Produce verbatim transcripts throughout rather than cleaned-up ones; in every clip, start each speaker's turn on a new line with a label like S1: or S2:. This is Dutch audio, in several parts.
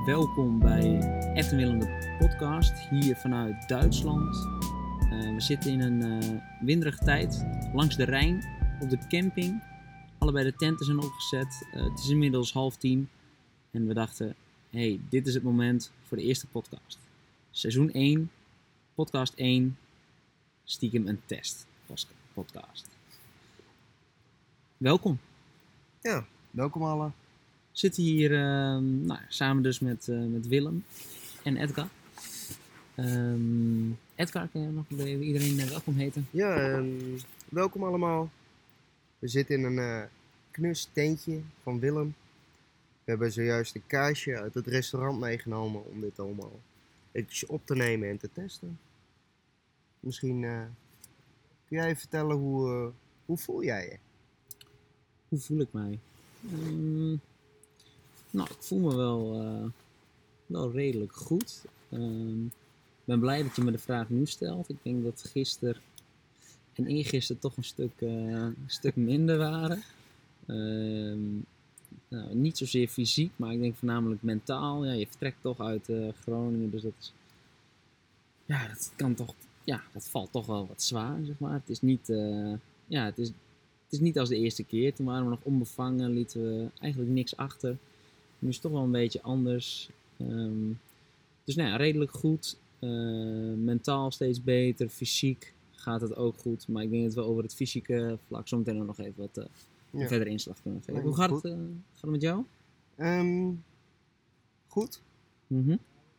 S1: Welkom bij Ed en Willem de podcast, hier vanuit Duitsland. Uh, we zitten in een uh, winderige tijd langs de Rijn op de camping. Allebei de tenten zijn opgezet. Uh, het is inmiddels half tien en we dachten, hey, dit is het moment voor de eerste podcast. Seizoen één, podcast één, stiekem een test podcast. Welkom.
S2: Ja, welkom allen.
S1: We zitten hier uh, nou, samen dus met, uh, met Willem en Edgar. Um, Edgar, kun je nog even iedereen uh, welkom heten?
S2: Ja, um, welkom allemaal. We zitten in een uh, knus tentje van Willem. We hebben zojuist een kaasje uit het restaurant meegenomen om dit allemaal eventjes op te nemen en te testen. Misschien uh, kun jij vertellen hoe, uh, hoe voel jij je?
S1: Hoe voel ik mij? Um, nou, ik voel me wel, uh, wel redelijk goed. Um, ik ben blij dat je me de vraag nu stelt. Ik denk dat gisteren en eergisteren toch een stuk, uh, een stuk minder waren. Um, nou, niet zozeer fysiek, maar ik denk voornamelijk mentaal. Ja, je vertrekt toch uit uh, Groningen, dus dat is, ja, dat kan toch, ja, dat valt toch wel wat zwaar, zeg maar. Het is niet, uh, ja, het is, het is niet als de eerste keer. Toen waren we nog onbevangen, lieten we eigenlijk niks achter. Nu is het toch wel een beetje anders. Um, dus nou ja, redelijk goed. Uh, mentaal steeds beter. Fysiek gaat het ook goed. Maar ik denk dat we over het fysieke vlak zo meteen nog even wat uh, ja. verder inslag kunnen geven. Nee, Hoe gaat het, uh, gaat het met jou?
S2: Um, goed.
S1: Mm-hmm.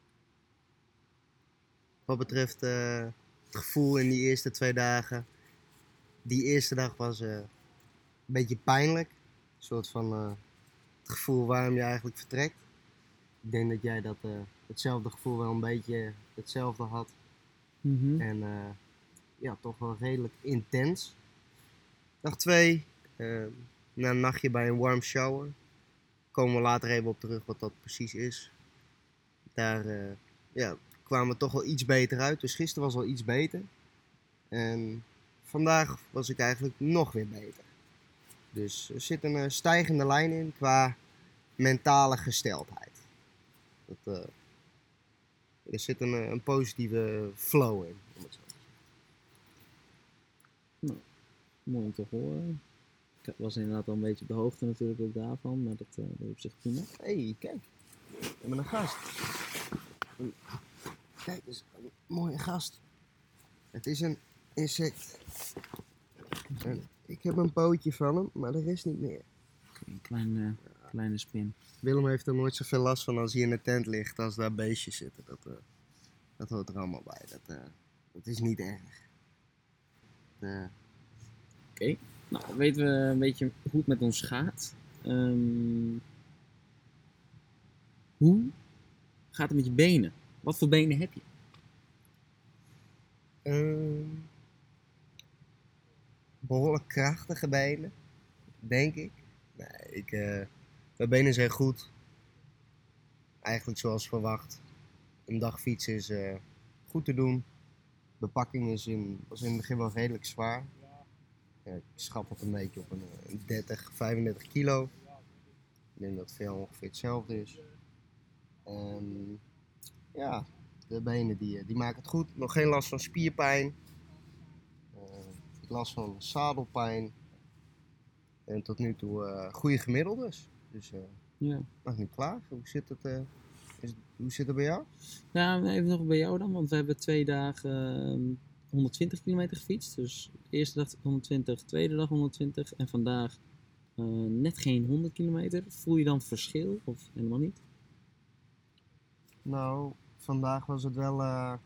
S2: Wat betreft uh, het gevoel in die eerste twee dagen. Die eerste dag was uh, een beetje pijnlijk. Een soort van uh, het gevoel waarom je eigenlijk vertrekt. Ik denk dat jij dat uh, hetzelfde gevoel wel een beetje hetzelfde had.
S1: Mm-hmm.
S2: En uh, ja, toch wel redelijk intens. Dag twee, uh, na een nachtje bij een warm shower. Komen we later even op terug wat dat precies is. Daar uh, ja, kwamen we toch wel iets beter uit. Dus gisteren was al iets beter. En vandaag was ik eigenlijk nog weer beter. Dus er zit een uh, stijgende lijn in qua mentale gesteldheid. Dat, uh, er zit een, een positieve flow in. Om het zo te zeggen.
S1: Nou, mooi om te horen. Ik was inderdaad al een beetje op de hoogte natuurlijk ook daarvan, maar dat, uh, dat op zich prima.
S2: Hé, hey, kijk. We hebben een gast. Kijk, dat is een mooie gast. Het is een insect. En ik heb een pootje van hem, maar de rest niet meer.
S1: Okay, een klein, uh, kleine spin.
S2: Willem heeft er nooit zoveel last van als hij in de tent ligt, als daar beestjes zitten. Dat, uh, dat hoort er allemaal bij. Dat, uh, dat is niet erg. Uh...
S1: Oké, okay. Nou dan weten we een beetje hoe het met ons gaat. Um, hoe gaat het met je benen? Wat voor benen heb je?
S2: Uh, behoorlijk krachtige benen, denk ik. Nee, ik uh, mijn benen zijn goed. Eigenlijk zoals verwacht. Een dag fietsen is uh, goed te doen. Bepakking is in, was in het begin wel redelijk zwaar. Ja, ik schat het een beetje op een, een dertig, vijfendertig kilo. Ik denk dat het veel ongeveer hetzelfde is. En ja, de benen die, die maken het goed. Nog geen last van spierpijn. Uh, ik last van zadelpijn. En tot nu toe uh, goede gemiddeldes. Dus uh,
S1: ja.
S2: mag niet klagen. Hoe zit het, uh, is, hoe zit het bij jou?
S1: Ja, even nog bij jou dan. Want we hebben twee dagen uh, honderdtwintig kilometer gefietst. Dus de eerste dag honderdtwintig, tweede dag honderdtwintig. En vandaag uh, net geen honderd kilometer. Voel je dan verschil of helemaal niet?
S2: Nou, vandaag was het wel uh,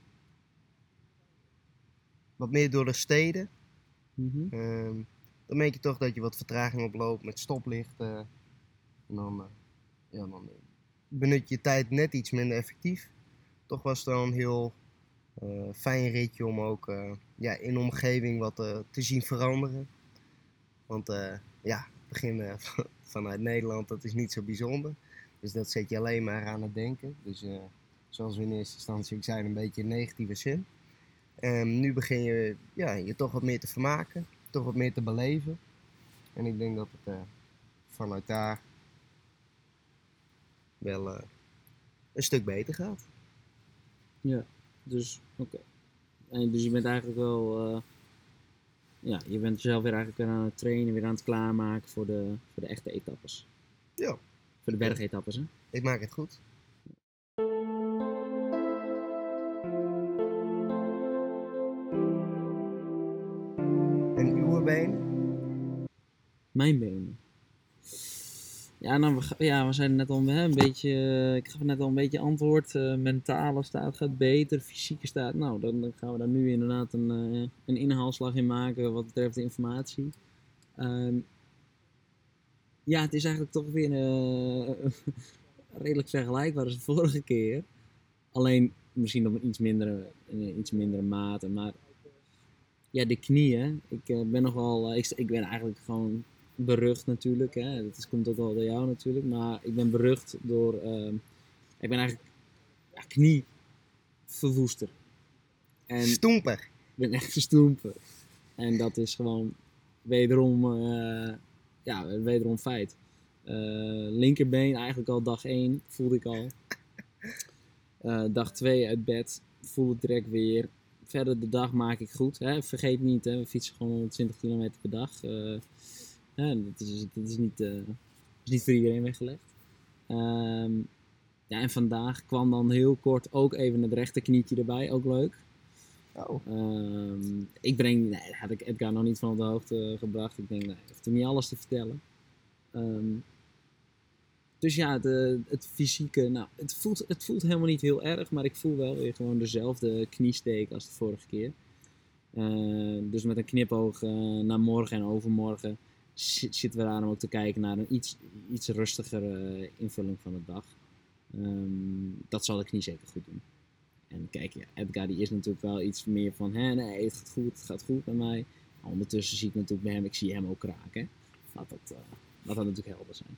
S2: wat meer door de steden.
S1: Mm-hmm.
S2: Uh, dan merk je toch dat je wat vertraging oploopt met stoplichten. En dan, uh, ja, dan benut je je tijd net iets minder effectief. Toch was het wel een heel uh, fijn ritje om ook uh, ja, in de omgeving wat uh, te zien veranderen. Want uh, ja, het begin uh, vanuit Nederland, dat is niet zo bijzonder. Dus dat zet je alleen maar aan het denken. Dus uh, zoals we in eerste instantie ook zeiden, een beetje in negatieve zin. En nu begin je ja, je toch wat meer te vermaken. Toch wat meer te beleven. En ik denk dat het uh, vanuit daar wel uh, een stuk beter gaat.
S1: Ja, dus oké. En dus je bent eigenlijk wel, uh, ja, je bent jezelf weer eigenlijk weer aan het trainen, weer aan het klaarmaken voor de, voor de echte etappes.
S2: Ja.
S1: Voor de bergetappes, hè?
S2: Ik maak het goed. En uw benen?
S1: Mijn benen. Ja, nou, we, ja, we zijn net al hè, een beetje, uh, ik gaf net al een beetje antwoord. Uh, mentale staat gaat beter, fysieke staat. Nou, dan, dan gaan we daar nu inderdaad een, uh, een inhaalslag in maken wat betreft de informatie. Uh, ja, het is eigenlijk toch weer uh, redelijk vergelijkbaar als de vorige keer. Alleen misschien op een iets mindere, een iets mindere mate. Maar ja, de knieën. Ik uh, ben nogal, uh, ik, ik ben eigenlijk gewoon berucht natuurlijk. Hè. Dat is, komt ook wel door jou natuurlijk. Maar ik ben berucht door, uh, ik ben eigenlijk ja, knieverwoester. En
S2: Stoemper.
S1: Ik ben echt een stoemper. En dat is gewoon wederom, uh, ja, wederom feit. Uh, linkerbeen eigenlijk al dag één voelde ik al. Uh, dag twee uit bed voel ik direct weer. Verder de dag maak ik goed. Hè? Vergeet niet, hè? We fietsen gewoon honderdtwintig kilometer per dag. Uh, hè? Dat, is, dat is, niet, uh, is niet voor iedereen weggelegd. Um, ja, en vandaag kwam dan heel kort ook even het rechterknietje erbij. Ook leuk.
S2: Oh.
S1: Um, ik breng, nee, dat had ik Edgar nog niet van op de hoogte gebracht. Ik denk, nee, ik hoef hem niet alles te vertellen. Um, dus ja, de, het fysieke, nou, het voelt, het voelt helemaal niet heel erg, maar ik voel wel weer gewoon dezelfde kniesteek als de vorige keer. Uh, dus met een knipoog uh, naar morgen en overmorgen zit, zitten we daar om ook te kijken naar een iets, iets rustigere invulling van de dag. Um, dat zal de knie zeker goed doen. En kijk, ja, Edgar die is natuurlijk wel iets meer van, hè, nee, het gaat goed, het gaat goed bij mij. Maar ondertussen zie ik natuurlijk bij hem, ik zie hem ook kraken. Laat dat, uh, laat dat natuurlijk helder zijn.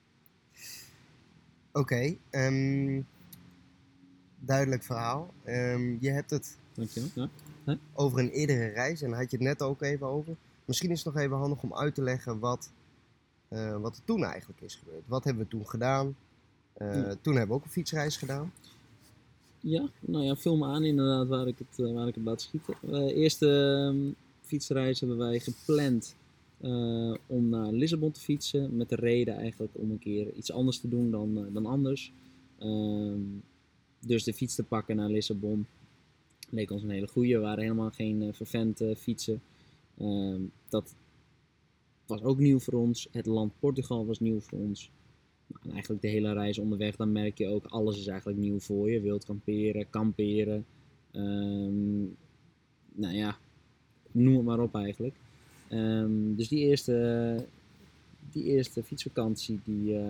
S2: Oké, okay, um, duidelijk verhaal. Um, je hebt het
S1: Dankjewel. Ja. Huh?
S2: over een eerdere reis en daar had je het net ook even over. Misschien is het nog even handig om uit te leggen wat, uh, wat er toen eigenlijk is gebeurd. Wat hebben we toen gedaan? Uh, ja. Toen hebben we ook een fietsreis gedaan.
S1: Ja, nou ja, vul me aan inderdaad waar ik het, uh, waar ik het laat schieten. De uh, eerste uh, fietsreis hebben wij gepland uh, om naar Lissabon te fietsen. Met de reden eigenlijk om een keer iets anders te doen dan, uh, dan anders. Uh, dus de fiets te pakken naar Lissabon leek ons een hele goeie. We waren helemaal geen uh, vervent uh, fietsen. Uh, dat was ook nieuw voor ons. Het land Portugal was nieuw voor ons. Nou, en eigenlijk de hele reis onderweg, dan merk je ook, alles is eigenlijk nieuw voor je. Wild kamperen, kamperen. Um, nou ja, noem het maar op eigenlijk. Um, dus die eerste, die eerste fietsvakantie, die, uh,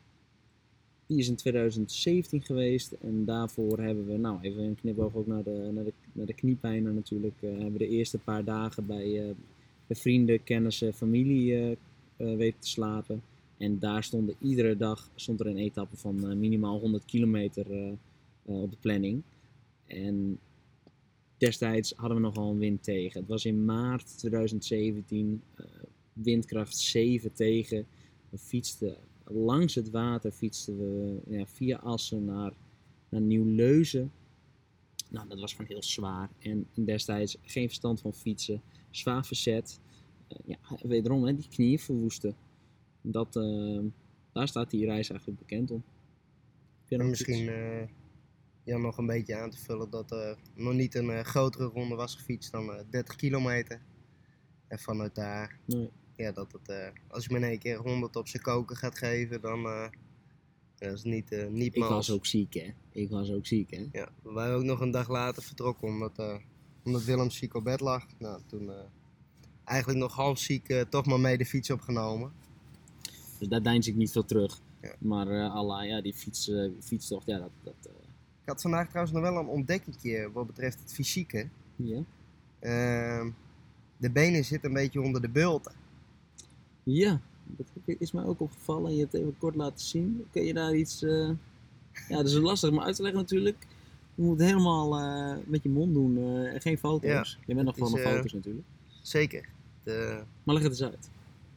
S1: die is in twintig zeventien geweest. En daarvoor hebben we, nou even een knipoog ook naar de, naar de, naar de kniepijnen natuurlijk. Uh, hebben we de eerste paar dagen bij, uh, bij vrienden, kennissen, familie uh, uh, weten te slapen. En daar stonden iedere dag stond er een etappe van uh, minimaal honderd kilometer uh, uh, op de planning. En destijds hadden we nogal een wind tegen. Het was in maart twintig zeventien, uh, windkracht zeven tegen. We fietsten langs het water, fietsten we ja, via Assen naar, naar Nieuw-Leuzen. Nou, dat was gewoon heel zwaar. En destijds geen verstand van fietsen, zwaar verzet. Uh, ja, wederom, hè, die knieën verwoesten. Dat, uh, daar staat die reis eigenlijk bekend om.
S2: En misschien uh, ja, nog een beetje aan te vullen dat er nog niet een uh, grotere ronde was gefietst dan uh, dertig kilometer. En vanuit daar,
S1: nee.
S2: ja, dat het, uh, als je me in één keer honderd op zijn koken gaat geven, dan uh, dat is niet, uh, niet
S1: Ik
S2: mals.
S1: was ook ziek, hè. Ik was ook ziek, hè.
S2: Ja, we waren ook nog een dag later vertrokken, omdat, uh, omdat Willem ziek op bed lag. Nou, toen uh, eigenlijk nog half ziek uh, toch maar mee de fiets opgenomen.
S1: Dus daar deins ik niet veel terug.
S2: Ja.
S1: Maar uh, Allah, ja, die fiets, uh, fietstocht, ja, dat... dat uh...
S2: Ik had vandaag trouwens nog wel een ontdekkingje wat betreft het fysieke.
S1: Ja.
S2: Uh, de benen zitten een beetje onder de bulten.
S1: Ja, dat is mij ook opgevallen. Je hebt het even kort laten zien. Kun je daar iets... Uh... Ja, dat is lastig om uit te leggen natuurlijk. Je moet het helemaal uh, met je mond doen uh, en geen foto's.
S2: Ja,
S1: je bent nog van de
S2: uh,
S1: foto's natuurlijk.
S2: Zeker. De...
S1: Maar leg het eens uit.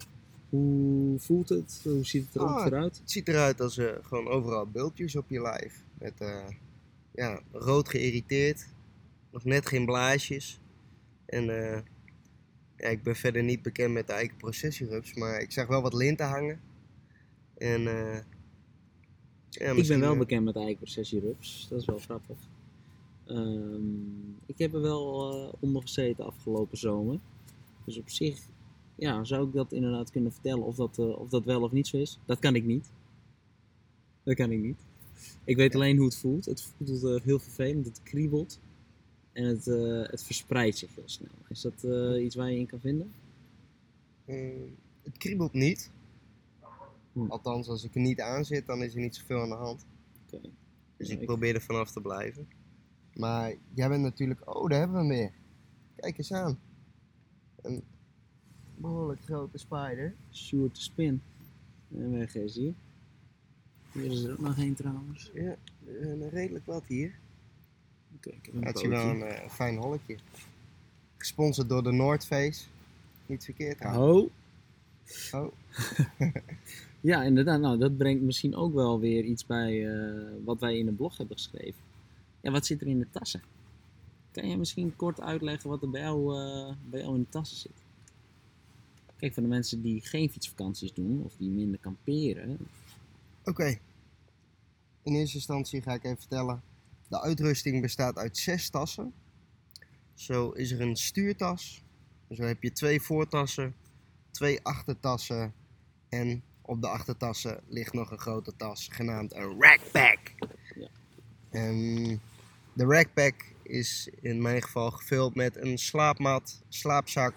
S1: Hoe voelt het? Hoe ziet het er
S2: Ah,
S1: ongeveer uit?
S2: Het ziet eruit als uh, gewoon overal bultjes op je lijf. Met uh, ja, rood geïrriteerd. Nog net geen blaasjes. En uh, ja, ik ben verder niet bekend met de eikenprocessierups. Maar ik zag wel wat linten hangen. En uh, ja,
S1: ik ben wel
S2: uh,
S1: bekend met de eikenprocessierups. Dat is wel grappig. Um, ik heb er wel uh, onder gezeten afgelopen zomer. Dus op zich ja, zou ik dat inderdaad kunnen vertellen of dat, uh, of dat wel of niet zo is. Dat kan ik niet. Dat kan ik niet. Ik weet alleen hoe het voelt. Het voelt uh, heel vervelend. Het kriebelt. En het, uh, het verspreidt zich heel snel. Is dat uh, iets waar je in kan vinden?
S2: Uh, het kriebelt niet. Hm. Althans, als ik er niet aan zit, dan is er niet zoveel aan de hand.
S1: Okay.
S2: Dus ja, ik probeer er vanaf te blijven. Maar jij bent natuurlijk... Oh, daar hebben we hem weer. Kijk eens aan. Een behoorlijk grote spider.
S1: Sure to spin. En weg is hier. Hier is er ook nog één trouwens.
S2: Ja, een redelijk wat hier.
S1: Oké, ik heb een
S2: Het is wel een uh, fijn holletje. Gesponsord door de North Face. Niet verkeerd aan.
S1: Oh.
S2: Oh.
S1: Ja, inderdaad. Nou, dat brengt misschien ook wel weer iets bij uh, wat wij in de blog hebben geschreven. Ja, wat zit er in de tassen? Kan je misschien kort uitleggen wat er bij jou, uh, bij jou in de tassen zit? Kijk, voor de mensen die geen fietsvakanties doen of die minder kamperen.
S2: Oké. Okay. In eerste instantie ga ik even vertellen. De uitrusting bestaat uit zes tassen. Zo is er een stuurtas. Zo heb je twee voortassen, twee achtertassen en op de achtertassen ligt nog een grote tas genaamd een rackpack.
S1: Ja.
S2: En de rackpack is in mijn geval gevuld met een slaapmat, slaapzak,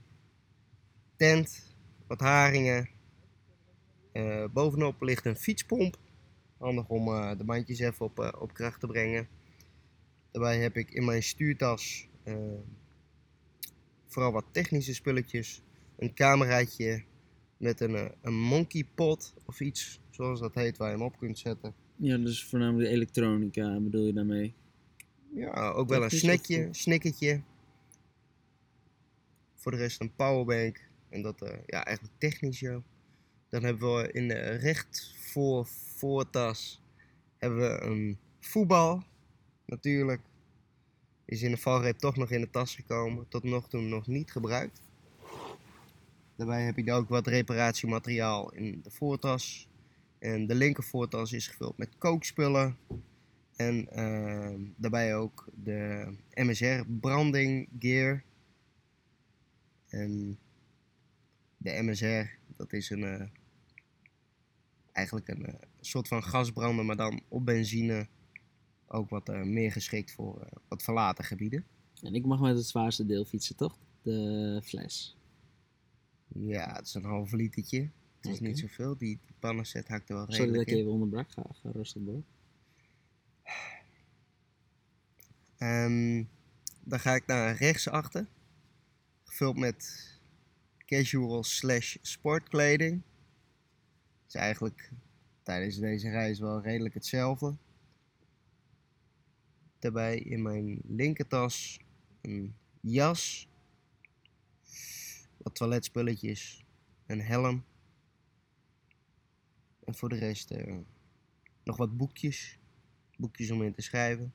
S2: tent, wat haringen. Uh, bovenop ligt een fietspomp. Handig om uh, de bandjes even op, uh, op kracht te brengen. Daarbij heb ik in mijn stuurtas uh, vooral wat technische spulletjes. Een cameraatje met een, uh, een monkey pot of iets zoals dat heet waar je hem op kunt zetten.
S1: Ja, dus voornamelijk elektronica bedoel je daarmee?
S2: Ja, ook wel een snackje, snickertje. Voor de rest een powerbank. En dat uh, ja, eigenlijk technisch joh. Dan hebben we in de recht voor voortas hebben we een voetbal. Natuurlijk. Is in de valreep toch nog in de tas gekomen. Tot nog toe nog niet gebruikt. Daarbij heb ik ook wat reparatiemateriaal in de voortas. En de linker voortas is gevuld met kookspullen. En uh, daarbij ook de M S R branding gear. En de M S R, dat is een, uh, eigenlijk een uh, soort van gasbrander, maar dan op benzine. Ook wat uh, meer geschikt voor uh, wat verlaten gebieden.
S1: En ik mag met het zwaarste deel fietsen, toch? De fles.
S2: Ja, het is een half litertje. Het is okay. Niet zoveel. Die, die pannenset hakt er wel
S1: Sorry
S2: redelijk
S1: dat ik
S2: in.
S1: even onderbrak. Ga, ga rustig door.
S2: Um, dan ga ik naar rechtsachter. Gevuld met casual slash sportkleding. Het is eigenlijk tijdens deze reis wel redelijk hetzelfde. Daarbij in mijn linkertas een jas, wat toiletspulletjes, een helm. En voor de rest uh, nog wat boekjes. Boekjes om in te schrijven.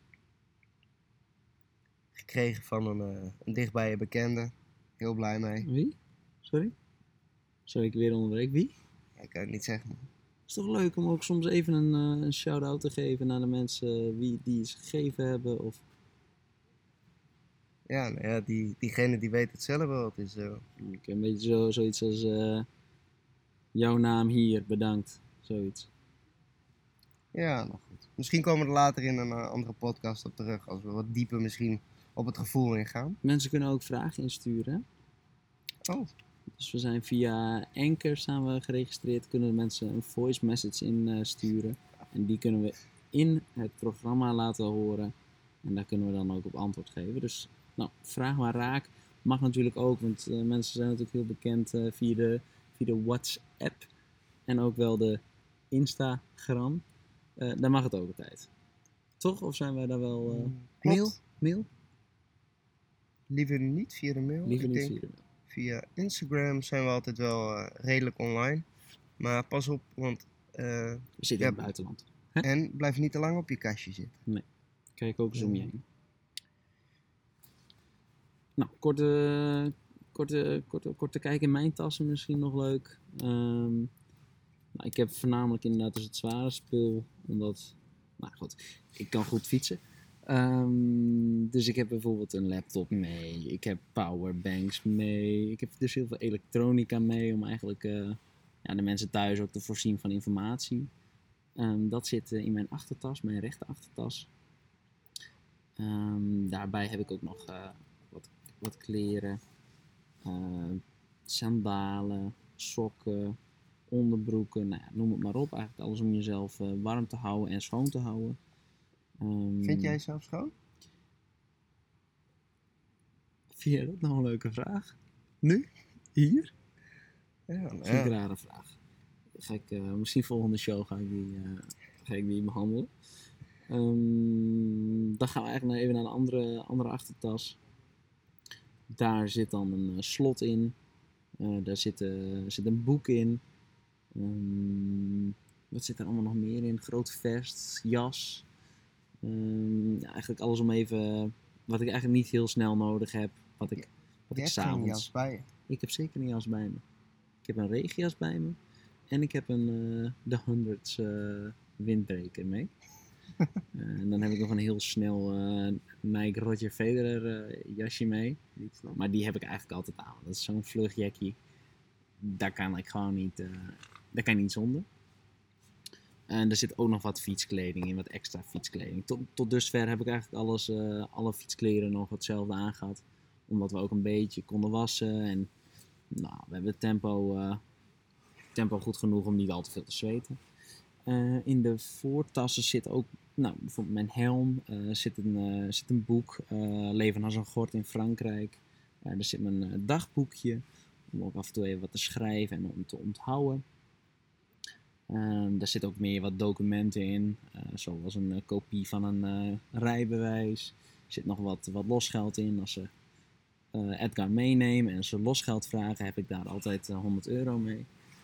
S2: Gekregen van een, uh, een dichtbij bekende. Heel blij mee.
S1: Wie? Sorry? Sorry, ik weer onderbreek. Wie?
S2: Ja, ik kan het niet zeggen. Man.
S1: Het is toch leuk om ook soms even een, uh, een shout-out te geven naar de mensen wie die iets gegeven hebben? Of...
S2: Ja, nou ja, die, diegene die weet het zelf wel. Het is zo.
S1: Okay, een beetje zo, zoiets als uh, jouw naam hier, bedankt. Zoiets.
S2: Ja, nou goed. Misschien komen we er later in een uh, andere podcast op terug. Als we wat dieper misschien op het gevoel ingaan.
S1: Mensen kunnen ook vragen insturen.
S2: Oh.
S1: Dus we zijn via Anchor staan we geregistreerd. Kunnen de mensen een voice message insturen. Uh, en die kunnen we in het programma laten horen. En daar kunnen we dan ook op antwoord geven. Dus nou, vraag maar raak. Mag natuurlijk ook, want uh, mensen zijn natuurlijk heel bekend uh, via, de, via de WhatsApp. En ook wel de Instagram. Uh, daar mag het ook altijd. Toch? Of zijn wij daar wel... Uh...
S2: Klopt.
S1: Mail? Mail?
S2: Liever niet via de mail.
S1: Liever
S2: ik
S1: niet
S2: denk
S1: via de mail.
S2: via Instagram zijn we altijd wel uh, redelijk online. Maar pas op, want... Uh,
S1: we zitten
S2: ja,
S1: in het buitenland. Hè?
S2: En blijf niet te lang op je kastje zitten.
S1: Nee. Kijk ook eens om je heen. Nou, korte, korte, korte, korte kijk in mijn tassen misschien nog leuk. Um, nou, ik heb voornamelijk inderdaad dus het zware spul, omdat, nou goed, ik kan goed fietsen. Um, dus ik heb bijvoorbeeld een laptop mee, ik heb powerbanks mee, ik heb dus heel veel elektronica mee om eigenlijk uh, ja, de mensen thuis ook te voorzien van informatie. Um, dat zit uh, in mijn achtertas, mijn rechter achtertas. Um, daarbij heb ik ook nog uh, wat, wat kleren, uh, sandalen, sokken, onderbroeken, nou ja, noem het maar op. Eigenlijk alles om jezelf uh, warm te houden en schoon te houden. Um,
S2: Vind jij jezelf schoon?
S1: Vind jij dat nou een leuke vraag? Nu? Hier?
S2: Ja,
S1: dat vind ik een rare vraag. Ga ik, uh, misschien volgende show ga ik die, uh, ga ik die behandelen. Um, dan gaan we eigenlijk even naar een andere, andere achtertas. Daar zit dan een uh, slot in. Uh, daar zit, uh, zit een boek in. Um, wat zit er allemaal nog meer in? Grote vest, jas. Um, ja, eigenlijk alles om even... Wat ik eigenlijk niet heel snel nodig heb. Wat ik, wat
S2: je
S1: ik
S2: hebt
S1: s'avonds...
S2: geen jas bij je.
S1: Ik heb zeker een jas bij me. Ik heb een regenjas bij me. En ik heb een uh, de Hundreds uh, windbreker mee. uh, en dan heb ik nog een heel snel uh, Nike Roger Federer uh, jasje mee. Maar die heb ik eigenlijk altijd aan. Dat is zo'n vluchtjackie. Daar kan ik gewoon niet, uh, daar kan ik niet zonder. En er zit ook nog wat fietskleding in, wat extra fietskleding. Tot, tot dusver heb ik eigenlijk alles, uh, alle fietskleren nog hetzelfde aangehad. Omdat we ook een beetje konden wassen. En nou, we hebben het tempo, uh, tempo goed genoeg om niet al te veel te zweten. Uh, in de voortassen zit ook, nou, bijvoorbeeld mijn helm, uh, zit, een, uh, zit een boek, uh, Leven als een gort in Frankrijk. Uh, er zit mijn uh, dagboekje, om ook af en toe even wat te schrijven en om te onthouden. Uh, daar zit ook meer wat documenten in, uh, zoals een uh, kopie van een uh, rijbewijs. Er zit nog wat, wat losgeld in. Als ze uh, Edgar meenemen en ze losgeld vragen, heb ik daar altijd uh, honderd euro mee.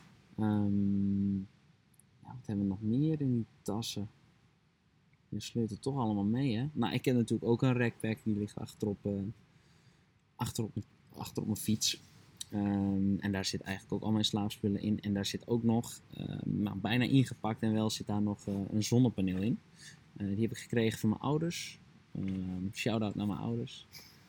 S1: Um, Ja, wat hebben we nog meer in die tassen? Je sleurt het toch allemaal mee, hè? Nou, ik heb natuurlijk ook een rackpack. Die ligt achterop, uh, achterop, achterop mijn fiets. Um, en daar zit eigenlijk ook al mijn slaapspullen in. En daar zit ook nog, uh, nou, bijna ingepakt en wel, zit daar nog uh, een zonnepaneel in. Uh, die heb ik gekregen van mijn ouders. Um, shout-out naar mijn ouders.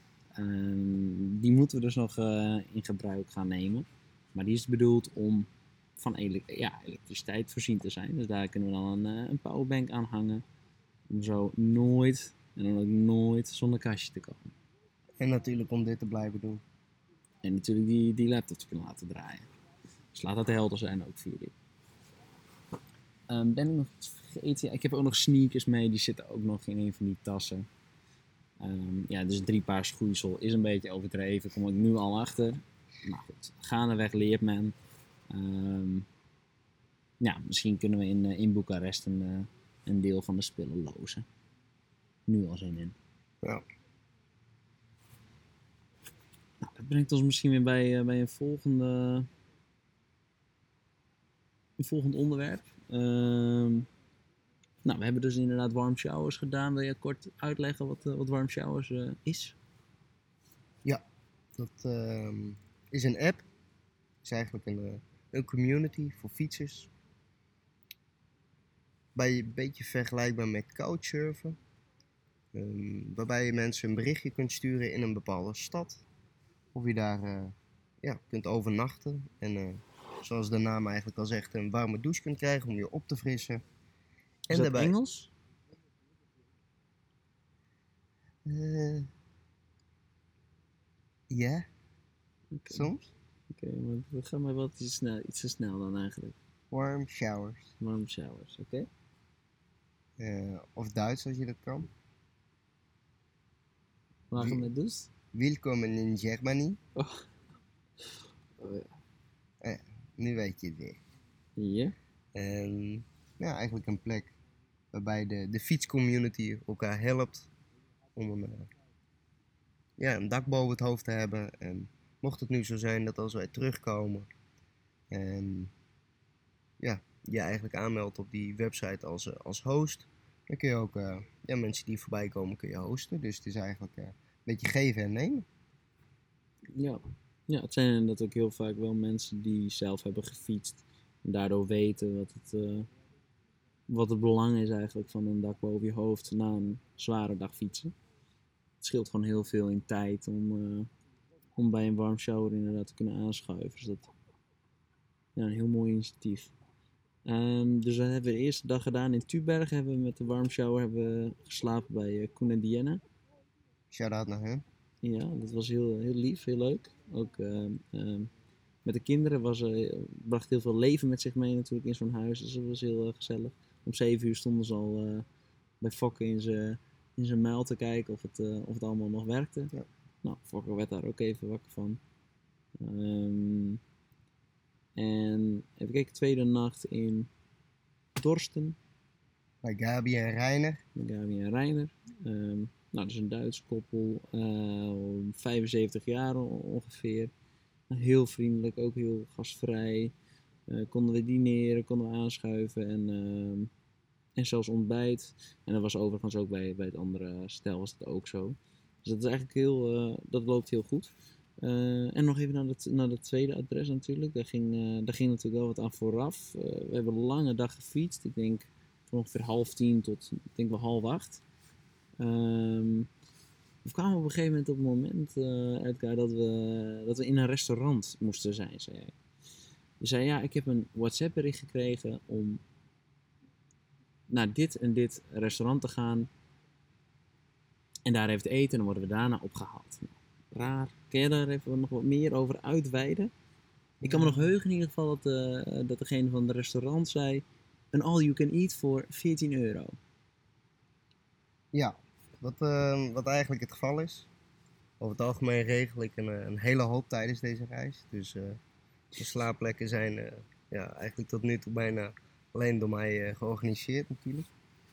S1: Um, die moeten we dus nog uh, in gebruik gaan nemen. Maar die is bedoeld om van ele- ja, elektriciteit voorzien te zijn. Dus daar kunnen we dan een, uh, een powerbank aan hangen. Om zo nooit, en dan ook nooit, zonder kastje te komen.
S2: En natuurlijk om dit te blijven doen.
S1: En natuurlijk die, die laptop te kunnen laten draaien. Dus laat dat helder zijn ook voor jullie. Um, ben ik nog iets vergeten? Ja, ik heb ook nog sneakers mee. Die zitten ook nog in een van die tassen. Um, ja, dus drie paar schoeisel is een beetje overdreven. Kom ik nu al achter. Maar goed, gaandeweg leert men. Um, ja, misschien kunnen we in, uh, in Boekarest een, uh, een deel van de spullen lozen. Nu al zin in.
S2: Ja.
S1: Nou, dat brengt ons misschien weer bij, uh, bij een volgende... Een volgend onderwerp. Um, nou, we hebben dus inderdaad warm showers gedaan. Wil je kort uitleggen wat, uh, wat warm showers uh, is?
S2: Ja, dat uh, is een app. Het is eigenlijk een, uh, een community voor fietsers. Bij een beetje vergelijkbaar met Couchsurfen. Um, waarbij je mensen een berichtje kunt sturen in een bepaalde stad. Of je daar uh, ja, kunt overnachten. En uh, zoals de naam eigenlijk al zegt, een warme douche kunt krijgen om je op te frissen. En
S1: is dat
S2: daarbij...
S1: Engels?
S2: Uh, ja,
S1: okay.
S2: Soms.
S1: Oké, okay, maar we gaan maar wat iets, snel, iets te snel dan eigenlijk.
S2: Warm showers.
S1: Warm showers, oké. Okay.
S2: Uh, of Duits als je dat kan.
S1: Warme douche?
S2: Welkom in Germany.
S1: Oh. Oh, ja.
S2: Uh, ja, nu weet je het weer.
S1: Ja.
S2: En ja, eigenlijk een plek waarbij de, de fietscommunity elkaar helpt om een, uh, ja, een dak boven het hoofd te hebben. En mocht het nu zo zijn dat als wij terugkomen en ja, je eigenlijk aanmeldt op die website als, uh, als host, dan kun je ook uh, ja, mensen die voorbij komen kun je hosten. Dus het is eigenlijk uh, een beetje geven en nemen.
S1: Ja. ja, het zijn inderdaad ook heel vaak wel mensen die zelf hebben gefietst en daardoor weten wat het, uh, wat het belang is eigenlijk van een dak boven je hoofd na een zware dag fietsen. Het scheelt gewoon heel veel in tijd om, uh, om bij een warm shower inderdaad te kunnen aanschuiven. Dus dat ja, een heel mooi initiatief. Um, dus dat hebben we de eerste dag gedaan in Tuberg. Hebben we met de warm shower hebben we geslapen bij uh, Koen en Diana.
S2: Shout-out naar hen.
S1: Ja, dat was heel, heel lief, heel leuk. Ook uh, uh, met de kinderen was, uh, bracht heel veel leven met zich mee natuurlijk in zo'n huis. Dus dat was heel uh, gezellig. Om zeven uur stonden ze al uh, bij Fokke in zijn in zijn muil te kijken of het, uh, of het allemaal nog werkte.
S2: Ja.
S1: Nou, Fokke werd daar ook even wakker van. Um, en even kijken, tweede nacht in Dorsten.
S2: Bij Gabi en Reiner.
S1: Bij Gabi en Reiner. Um, nou, dat is een Duits koppel. Uh, vijfenzeventig jaar ongeveer. Heel vriendelijk, ook heel gastvrij. Uh, konden we dineren, konden we aanschuiven en, uh, en zelfs ontbijt. En dat was overigens ook bij, bij het andere stel was dat ook zo. Dus dat is eigenlijk heel, uh, dat loopt heel goed. Uh, en nog even naar het, naar het tweede adres natuurlijk. Daar ging, uh, daar ging natuurlijk wel wat aan vooraf. Uh, we hebben een lange dag gefietst. Ik denk van ongeveer half tien tot ik denk wel half acht. Um, we kwamen op een gegeven moment op het moment uh, uit dat we, dat we in een restaurant moesten zijn, zei hij. Hij zei, ja, ik heb een WhatsApp bericht gekregen om naar dit en dit restaurant te gaan. En daar even te eten en dan worden we daarna opgehaald. Raar. Kun je daar even nog wat meer over uitweiden? Ik kan me nog heugen in ieder geval dat, uh, dat degene van het restaurant zei, een all you can eat voor veertien euro.
S2: Ja, wat, uh, wat eigenlijk het geval is. Over het algemeen regel ik een, een hele hoop tijdens deze reis. Dus uh, de slaapplekken zijn uh, ja, eigenlijk tot nu toe bijna alleen door mij uh, georganiseerd natuurlijk.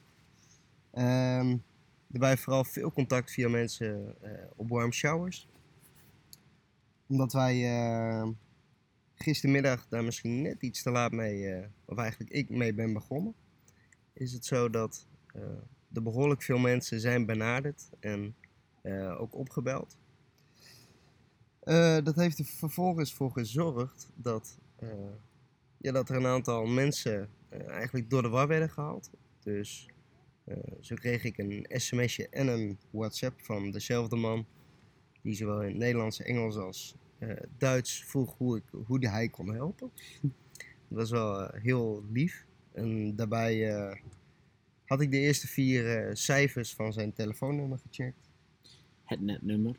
S2: Um, Daarbij vooral veel contact via mensen uh, op warm showers. Omdat wij uh, gistermiddag daar misschien net iets te laat mee, uh, of eigenlijk ik mee ben begonnen. Is het zo dat uh, er behoorlijk veel mensen zijn benaderd en uh, ook opgebeld. Uh, dat heeft er vervolgens voor gezorgd dat, uh, ja, dat er een aantal mensen uh, eigenlijk door de war werden gehaald. Dus uh, zo kreeg ik een sms'je en een WhatsApp van dezelfde man, die zowel in het Nederlands, Engels als uh, Duits vroeg hoe, ik, hoe hij kon helpen. Dat was wel uh, heel lief. En daarbij uh, had ik de eerste vier uh, cijfers van zijn telefoonnummer gecheckt.
S1: Het netnummer.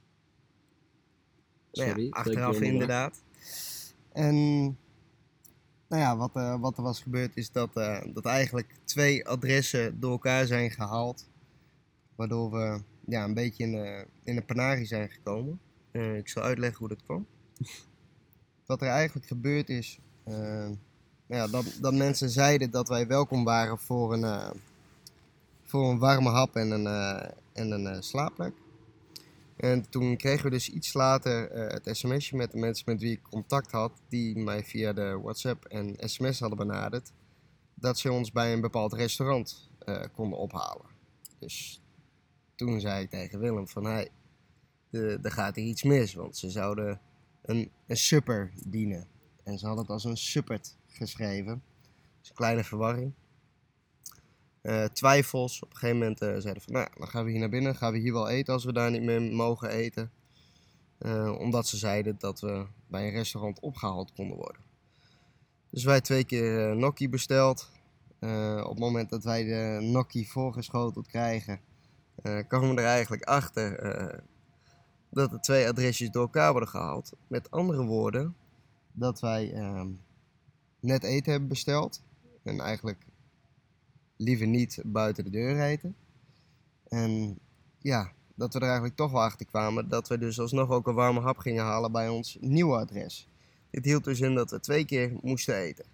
S2: Sorry, nou ja,
S1: Sorry,
S2: achteraf inderdaad. En nou ja, wat, uh, wat er was gebeurd is dat, uh, dat eigenlijk twee adressen door elkaar zijn gehaald. Waardoor we ja, een beetje in, uh, in een penarie zijn gekomen. Uh, ik zal uitleggen hoe dat kwam. Wat er eigenlijk gebeurd is, uh, nou ja, dat, dat mensen zeiden dat wij welkom waren voor een, uh, voor een warme hap en een, uh, en een uh, slaapplek. En toen kregen we dus iets later uh, het sms'je met de mensen met wie ik contact had, die mij via de WhatsApp en sms hadden benaderd, dat ze ons bij een bepaald restaurant uh, konden ophalen. Dus toen zei ik tegen Willem van, hey, de, er gaat hier iets mis, want ze zouden een, een supper dienen. En ze hadden het als een suppert geschreven. Dus een kleine verwarring. Uh, twijfels. Op een gegeven moment uh, zeiden van, nou, dan gaan we hier naar binnen. Gaan we hier wel eten als we daar niet meer mogen eten. Uh, omdat ze zeiden dat we bij een restaurant opgehaald konden worden. Dus wij twee keer uh, gnocchi besteld. Uh, op het moment dat wij de gnocchi voorgeschoteld krijgen, uh, komen we er eigenlijk achter uh, dat de twee adresjes door elkaar worden gehaald. Met andere woorden, dat wij uh, net eten hebben besteld. En eigenlijk liever niet buiten de deur eten. En ja, dat we er eigenlijk toch wel achter kwamen dat we dus alsnog ook een warme hap gingen halen bij ons nieuwe adres. Dit hield dus in dat we twee keer moesten eten.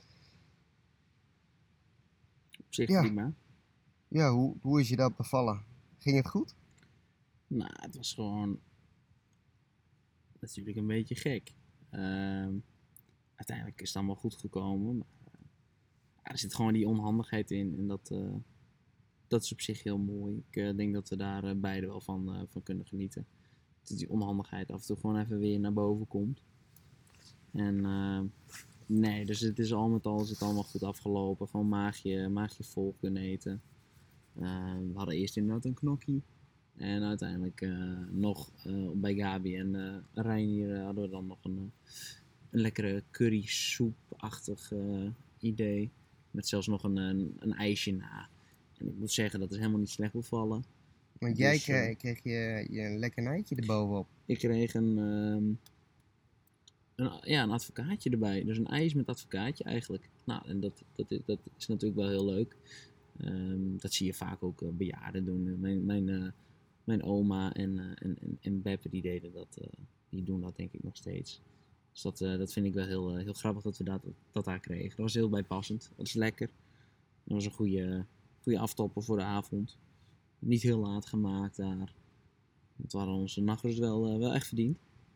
S1: Op zich
S2: ja.
S1: prima.
S2: Ja, hoe, hoe is je dat bevallen? Ging het goed?
S1: Nou, het was gewoon... natuurlijk een beetje gek. Uh, uiteindelijk is het allemaal goed gekomen. Maar, uh, ja, er zit gewoon die onhandigheid in. En dat, uh, dat is op zich heel mooi. Ik uh, denk dat we daar uh, beide wel van, uh, van kunnen genieten. Dat die onhandigheid af en toe gewoon even weer naar boven komt. En uh, nee, dus het is al met al is het allemaal goed afgelopen. Gewoon maagje, maagje vol kunnen eten. Uh, we hadden eerst inderdaad een knokkie. En uiteindelijk uh, nog uh, bij Gabi en uh, Reinier uh, hadden we dan nog een, uh, een lekkere currysoep-achtig uh, idee. Met zelfs nog een, een, een ijsje na. En ik moet zeggen, dat is helemaal niet slecht bevallen.
S2: Want jij dus, kreeg, uh, kreeg je, je een lekkernijtje erbovenop.
S1: Ik kreeg een, um, een, ja, een advocaatje erbij. Dus een ijs met advocaatje eigenlijk. Nou, en dat, dat, is, dat is natuurlijk wel heel leuk. Um, dat zie je vaak ook uh, bejaarden doen. Mijn, mijn, uh, mijn oma en, uh, en, en, en Beppe die deden dat. Uh, die doen dat denk ik nog steeds. Dus dat, uh, dat vind ik wel heel, uh, heel grappig dat we dat, dat daar kregen. Dat was heel bijpassend. Dat is lekker. Dat was een goede, goede aftopper voor de avond. Niet heel laat gemaakt daar. Dat waren onze nachtrust wel, uh, wel echt verdiend.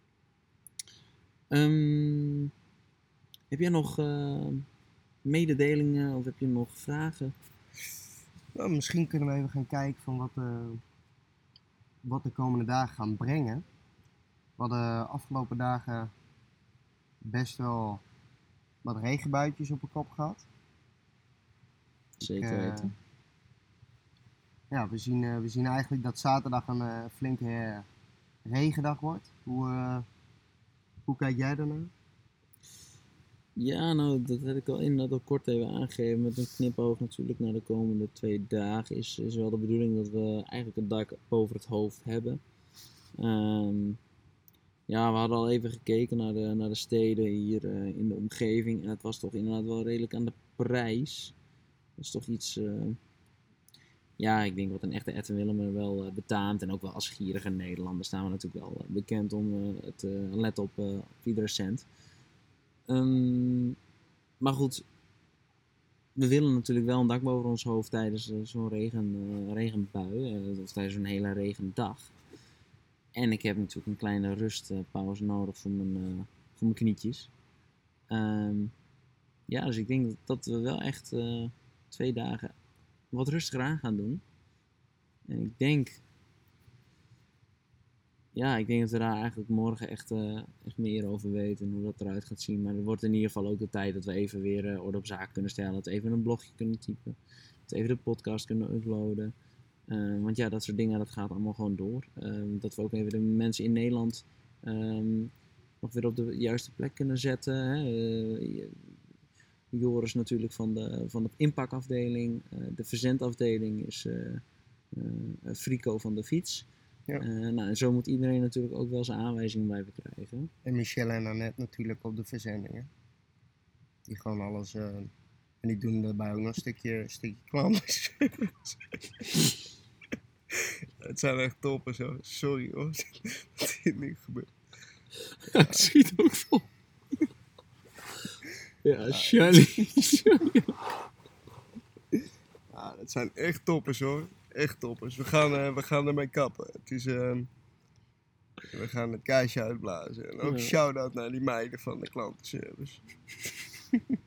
S1: Um, heb jij nog uh, mededelingen of heb je nog vragen?
S2: Nou, misschien kunnen we even gaan kijken van wat, uh, wat de komende dagen gaan brengen. We hadden de afgelopen dagen best wel wat regenbuitjes op de kop gehad.
S1: Zeker weten. Uh,
S2: ja, we zien, uh, we zien eigenlijk dat zaterdag een uh, flinke uh, regendag wordt. Hoe, uh, hoe kijk jij daarnaar?
S1: Ja, nou, dat heb ik al inderdaad al kort even aangegeven. Met een knipoog natuurlijk naar de komende twee dagen is, is wel de bedoeling dat we eigenlijk een dak boven het hoofd hebben. Um, ja, we hadden al even gekeken naar de, naar de steden hier uh, in de omgeving. En het was toch inderdaad wel redelijk aan de prijs. Dat is toch iets... Uh, ja, ik denk wat een echte Edwin Willem wel uh, betaamt. En ook wel als gierige Nederlander staan we natuurlijk wel uh, bekend om uh, het uh, let op, uh, op iedere cent. Um, maar goed, we willen natuurlijk wel een dak boven ons hoofd tijdens uh, zo'n regen, uh, regenbui, uh, of tijdens zo'n hele regendag. En ik heb natuurlijk een kleine rustpauze uh, nodig voor mijn, uh, voor mijn knietjes. Um, ja, dus ik denk dat, dat we wel echt uh, twee dagen wat rustiger aan gaan doen. En ik denk... Ja, ik denk dat we daar eigenlijk morgen echt, uh, echt meer over weten hoe dat eruit gaat zien. Maar er wordt in ieder geval ook de tijd dat we even weer uh, orde op zaken kunnen stellen. Dat we even een blogje kunnen typen. Dat we even de podcast kunnen uploaden. Uh, want ja, dat soort dingen, dat gaat allemaal gewoon door. Uh, dat we ook even de mensen in Nederland um, nog weer op de juiste plek kunnen zetten. Hè. Uh, Joris natuurlijk van de, van de inpakafdeling. Uh, de verzendafdeling is uh, uh, Frico van de fiets. Ja. Uh, nou, en zo moet iedereen natuurlijk ook wel zijn aanwijzingen blijven krijgen.
S2: En Michelle en Annette natuurlijk op de verzendingen. Die gewoon alles... Uh, en die doen daarbij ook nog een stukje, stukje klantenservice. Het zijn echt toppen zo. Sorry hoor, dat dit niet gebeurt.
S1: Ja, ik schiet ook vol. Ja, Shelly.
S2: Ja, dat zijn echt toppers hoor. Echt toppers. We gaan, uh, we gaan ermee kappen. Het is, uh, we gaan het kaarsje uitblazen. En ook ja. Shout-out naar die meiden van de klantenservice.